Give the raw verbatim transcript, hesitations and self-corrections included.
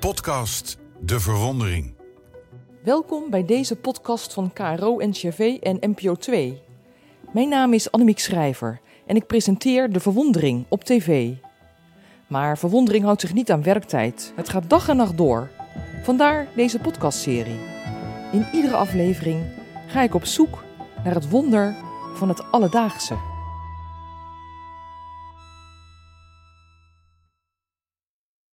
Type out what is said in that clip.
Podcast De Verwondering. Welkom bij deze podcast van K R O, N C R V en N P O twee. Mijn naam is Annemiek Schrijver en ik presenteer De Verwondering op tv. Maar verwondering houdt zich niet aan werktijd. Het gaat dag en nacht door. Vandaar deze podcastserie. In iedere aflevering ga ik op zoek naar het wonder van het alledaagse.